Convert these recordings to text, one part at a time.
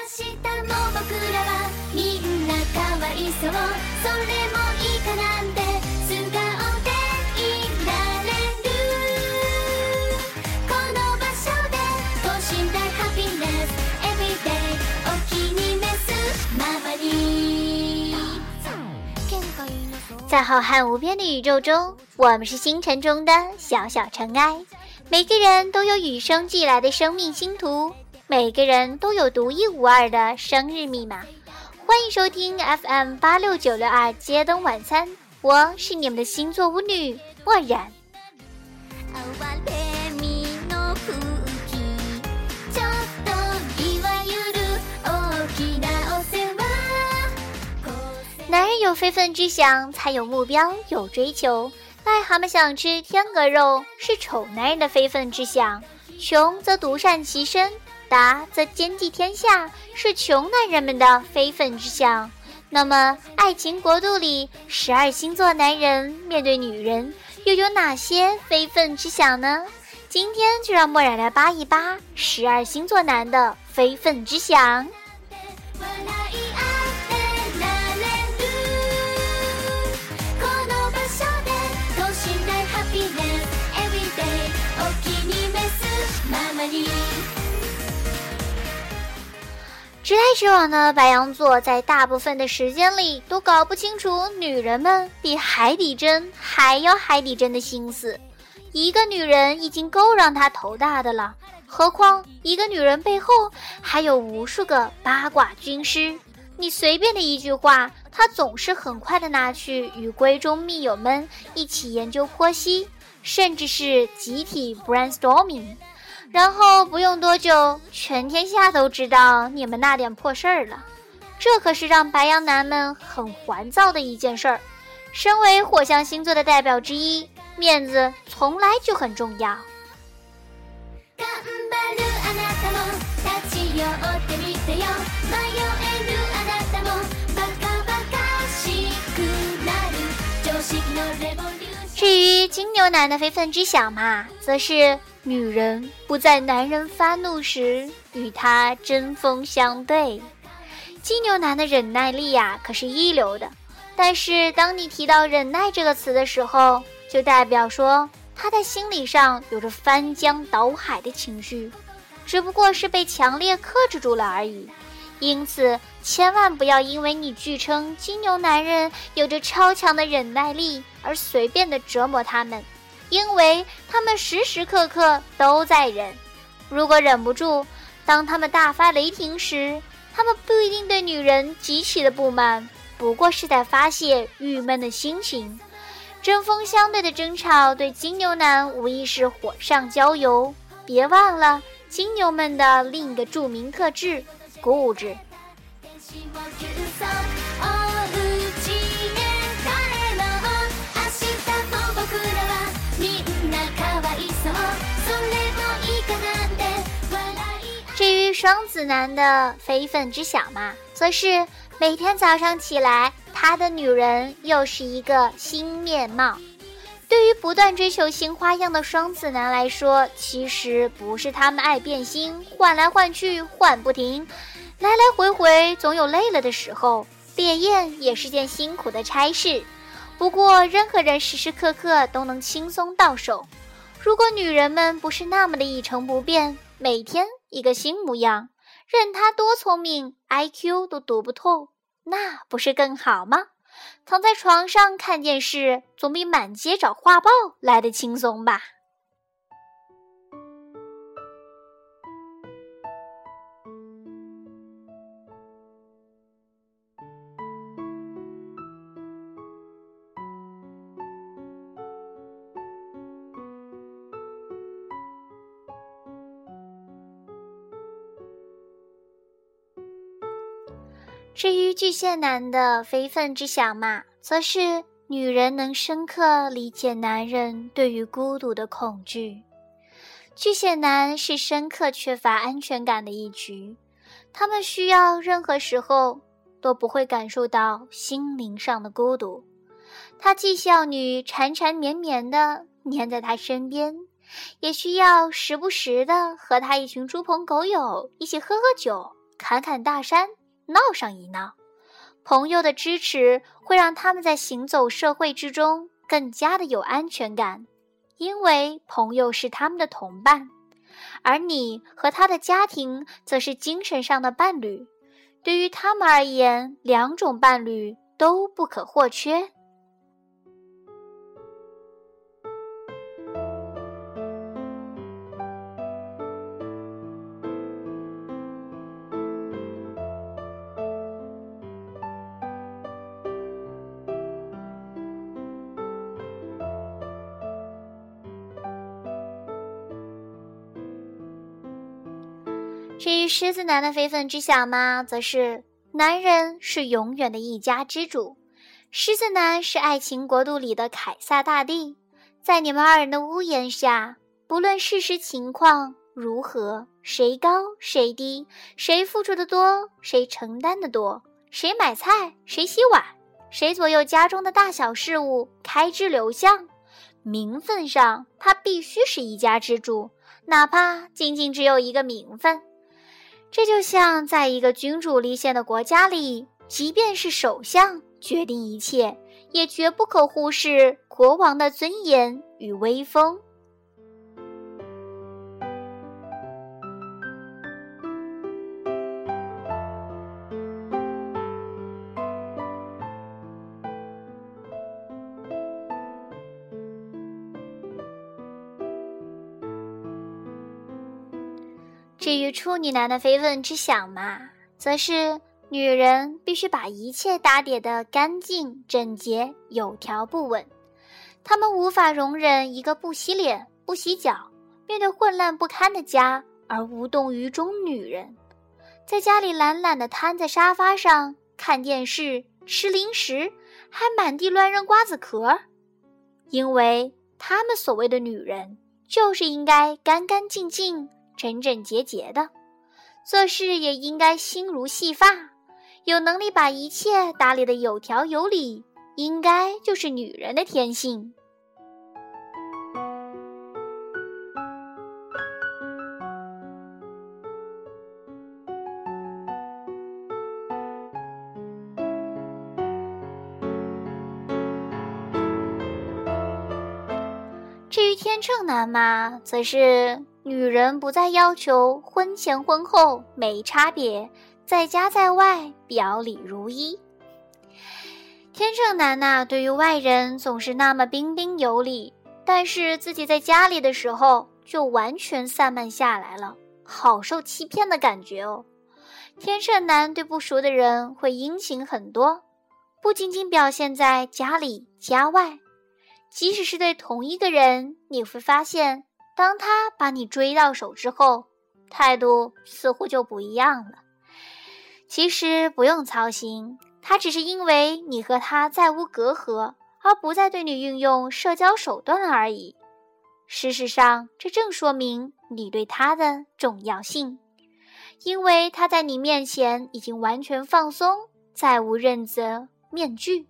在浩瀚无边的宇宙中，我们是星辰中的小小尘埃。每个人都有与生俱来的生命星图，每个人都有独一无二的生日密码。欢迎收听 FM86962街灯晚餐，我是你们的星座舞女漠然。男人有非分之想，才有目标，有追求。癞蛤蟆想吃天鹅肉，是丑男人的非分之想；穷则独善其身，达则兼济天下，是穷男人们的非分之想。那么，爱情国度里，12星座男人面对女人，又有哪些非分之想呢？今天就让漠然来扒一扒12星座男的非分之想。直来直往的白羊座在大部分的时间里都搞不清楚女人们比海底针还要海底针的心思。一个女人已经够让他头大的了，何况一个女人背后还有无数个八卦军师。你随便的一句话，他总是很快的拿去与闺中密友们一起研究剖析，甚至是集体 brainstorming， 然后不用多久，全天下都知道你们那点破事儿了。这可是让白羊男们很烦躁的一件事儿。身为火象星座的代表之一，面子从来就很重要。至于金牛男的非分之想嘛，则是女人不在男人发怒时与他针锋相对。金牛男的忍耐力呀，可是一流的。但是当你提到忍耐这个词的时候，就代表说他在心理上有着翻江倒海的情绪，只不过是被强烈克制住了而已。因此千万不要因为你据称金牛男人有着超强的忍耐力而随便的折磨他们，因为他们时时刻刻都在忍。如果忍不住，当他们大发雷霆时，他们不一定对女人极其的不满，不过是在发泄郁闷的心情。针锋相对的争吵对金牛男无疑是火上浇油。别忘了金牛们的另一个著名特质，固执。至于双子男的非分之想嘛，则是每天早上起来，他的女人又是一个新面貌。对于不断追求新花样的双子男来说，其实不是他们爱变心，换来换去换不停，来来回回总有累了的时候，烈焰也是件辛苦的差事。不过任何人时时刻刻都能轻松到手。如果女人们不是那么的一成不变，每天一个新模样，任他多聪明 IQ 都读不透，那不是更好吗？躺在床上看电视，总比满街找画报来得轻松吧。至于巨蟹男的非分之想嘛，则是女人能深刻理解男人对于孤独的恐惧。巨蟹男是深刻缺乏安全感的一群，他们需要任何时候都不会感受到心灵上的孤独。他既需要女缠缠绵绵地黏在他身边，也需要时不时地和他一群猪朋狗友一起喝喝酒， 侃侃大山，闹上一闹。朋友的支持会让他们在行走社会之中更加的有安全感，因为朋友是他们的同伴，而你和他的家庭则是精神上的伴侣。对于他们而言，两种伴侣都不可或缺。至于狮子男的非分之想嘛，则是男人是永远的一家之主。狮子男是爱情国度里的凯撒大帝，在你们二人的屋檐下，不论事实情况如何，谁高谁低，谁付出的多，谁承担的多，谁买菜谁洗碗，谁左右家中的大小事务，开支流向，名分上他必须是一家之主，哪怕仅仅只有一个名分。这就像在一个君主立宪的国家里，即便是首相决定一切，也绝不可忽视国王的尊严与威风。至于处女男的非分之想嘛，则是女人必须把一切打点得干净整洁，有条不紊。他们无法容忍一个不洗脸不洗脚，面对混乱不堪的家而无动于衷女人，在家里懒懒地瘫在沙发上看电视吃零食，还满地乱扔瓜子壳。因为他们所谓的女人就是应该干干净净整整洁洁的，做事也应该心如细发，有能力把一切打理得有条有理，应该就是女人的天性。至于天秤男嘛，则是女人不再要求婚前婚后没差别，在家在外表里如一。天秤男呐，对于外人总是那么彬彬有礼，但是自己在家里的时候就完全散漫下来了，好受欺骗的感觉哦。天秤男对不熟的人会殷勤很多，不仅仅表现在家里家外，即使是对同一个人，你会发现当他把你追到手之后，态度似乎就不一样了。其实不用操心，他只是因为你和他再无隔阂，而不再对你运用社交手段而已。事实上，这正说明你对他的重要性，因为他在你面前已经完全放松，再无认责面具。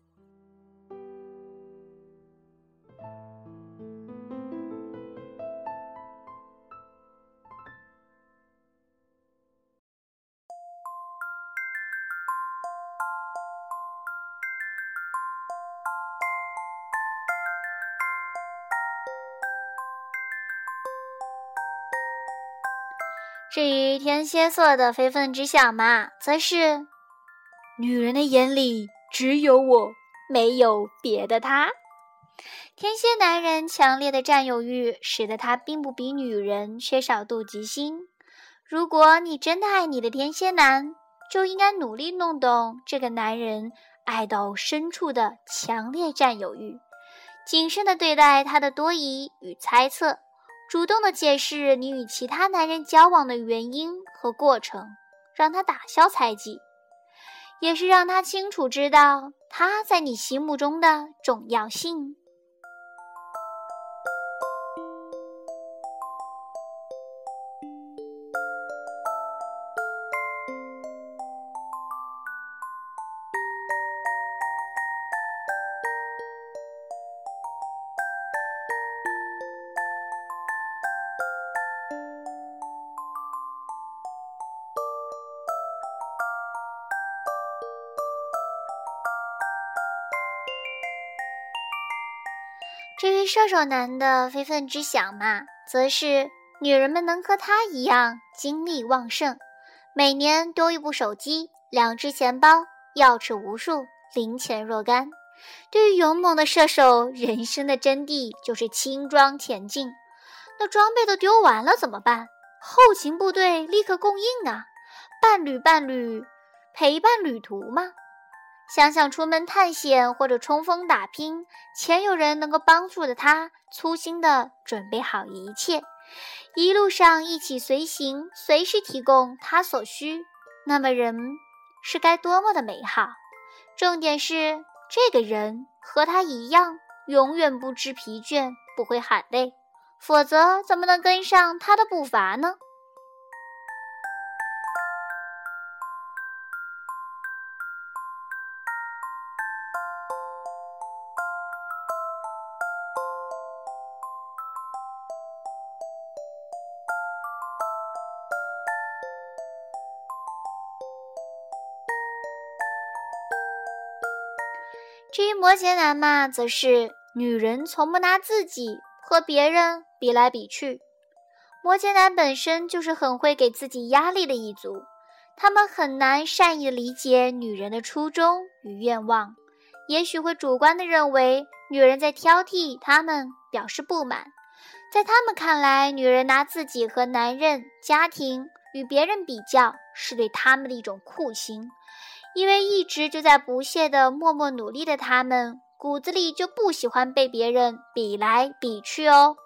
至于天蝎座的非分之想嘛，则是女人的眼里只有我，没有别的他。天蝎男人强烈的占有欲使得他并不比女人缺少妒忌心。如果你真的爱你的天蝎男，就应该努力弄懂这个男人爱到深处的强烈占有欲，谨慎地对待他的多疑与猜测，主动地解释你与其他男人交往的原因和过程，让他打消猜忌，也是让他清楚知道他在你心目中的重要性。 至于射手男的非分之想嘛，则是女人们能和他一样精力旺盛，每年多一部手机，2只钱包，钥匙无数，零钱若干。对于勇猛的射手，人生的真谛就是轻装前进。那装备都丢完了怎么办？后勤部队立刻供应啊！伴侣陪伴旅途嘛。想想出门探险或者冲锋打拼，前有人能够帮助的他，粗心的准备好一切，一路上一起随行，随时提供他所需，那么人是该多么的美好。重点是这个人和他一样，永远不知疲倦，不会喊累，否则怎么能跟上他的步伐呢？至于摩羯男嘛，则是女人从不拿自己和别人比来比去。摩羯男本身就是很会给自己压力的一族，他们很难善意地理解女人的初衷与愿望，也许会主观地认为女人在挑剔他们，表示不满。在他们看来，女人拿自己和男人、家庭与别人比较，是对他们的一种酷刑。因为一直就在不懈地默默努力的他们，骨子里就不喜欢被别人比来比去哦。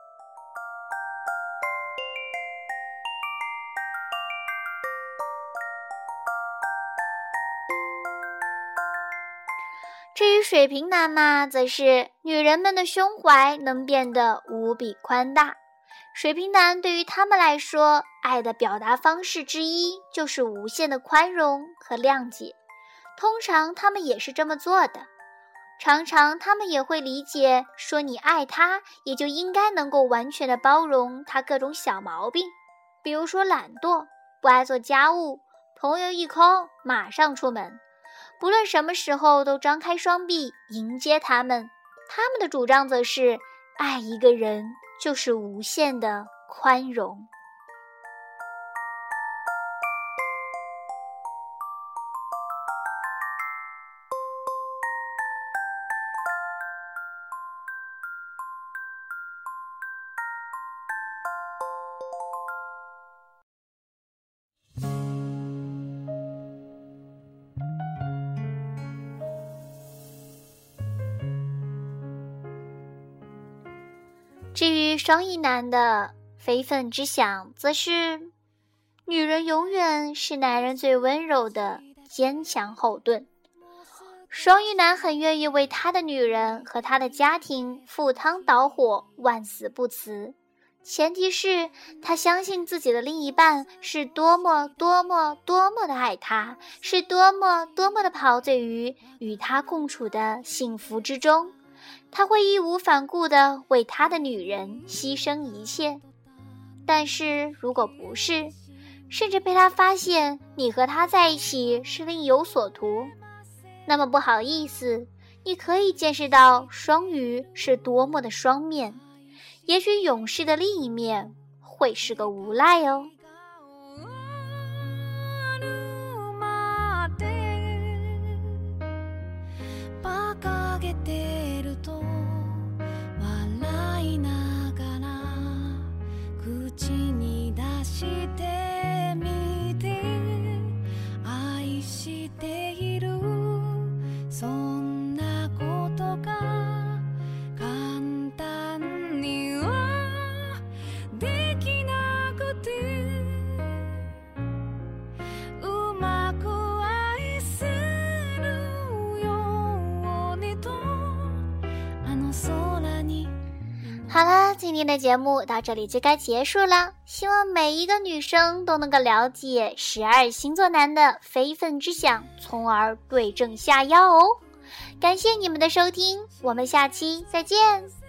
至于水瓶男嘛，则是女人们的胸怀能变得无比宽大。水瓶男对于他们来说，爱的表达方式之一就是无限的宽容和谅解，通常他们也是这么做的。常常他们也会理解，说你爱他，也就应该能够完全的包容他各种小毛病，比如说懒惰、不爱做家务、朋友一空马上出门，不论什么时候都张开双臂迎接他们。他们的主张则是，爱一个人就是无限的宽容。至于双鱼男的非分之想，则是女人永远是男人最温柔的坚强后盾。双鱼男很愿意为他的女人和他的家庭赴汤蹈火，万死不辞，前提是他相信自己的另一半是多么多么多么的爱他，是多么多么的陶醉于与他共处的幸福之中。他会义无反顾地为他的女人牺牲一切。但是如果不是，甚至被他发现你和他在一起是另有所图，那么不好意思，你可以见识到双鱼是多么的双面，也许勇士的另一面会是个无赖哦。好了，今天的节目到这里就该结束了，希望每一个女生都能够了解12星座男的非分之想，从而对症下药哦。感谢你们的收听，我们下期再见。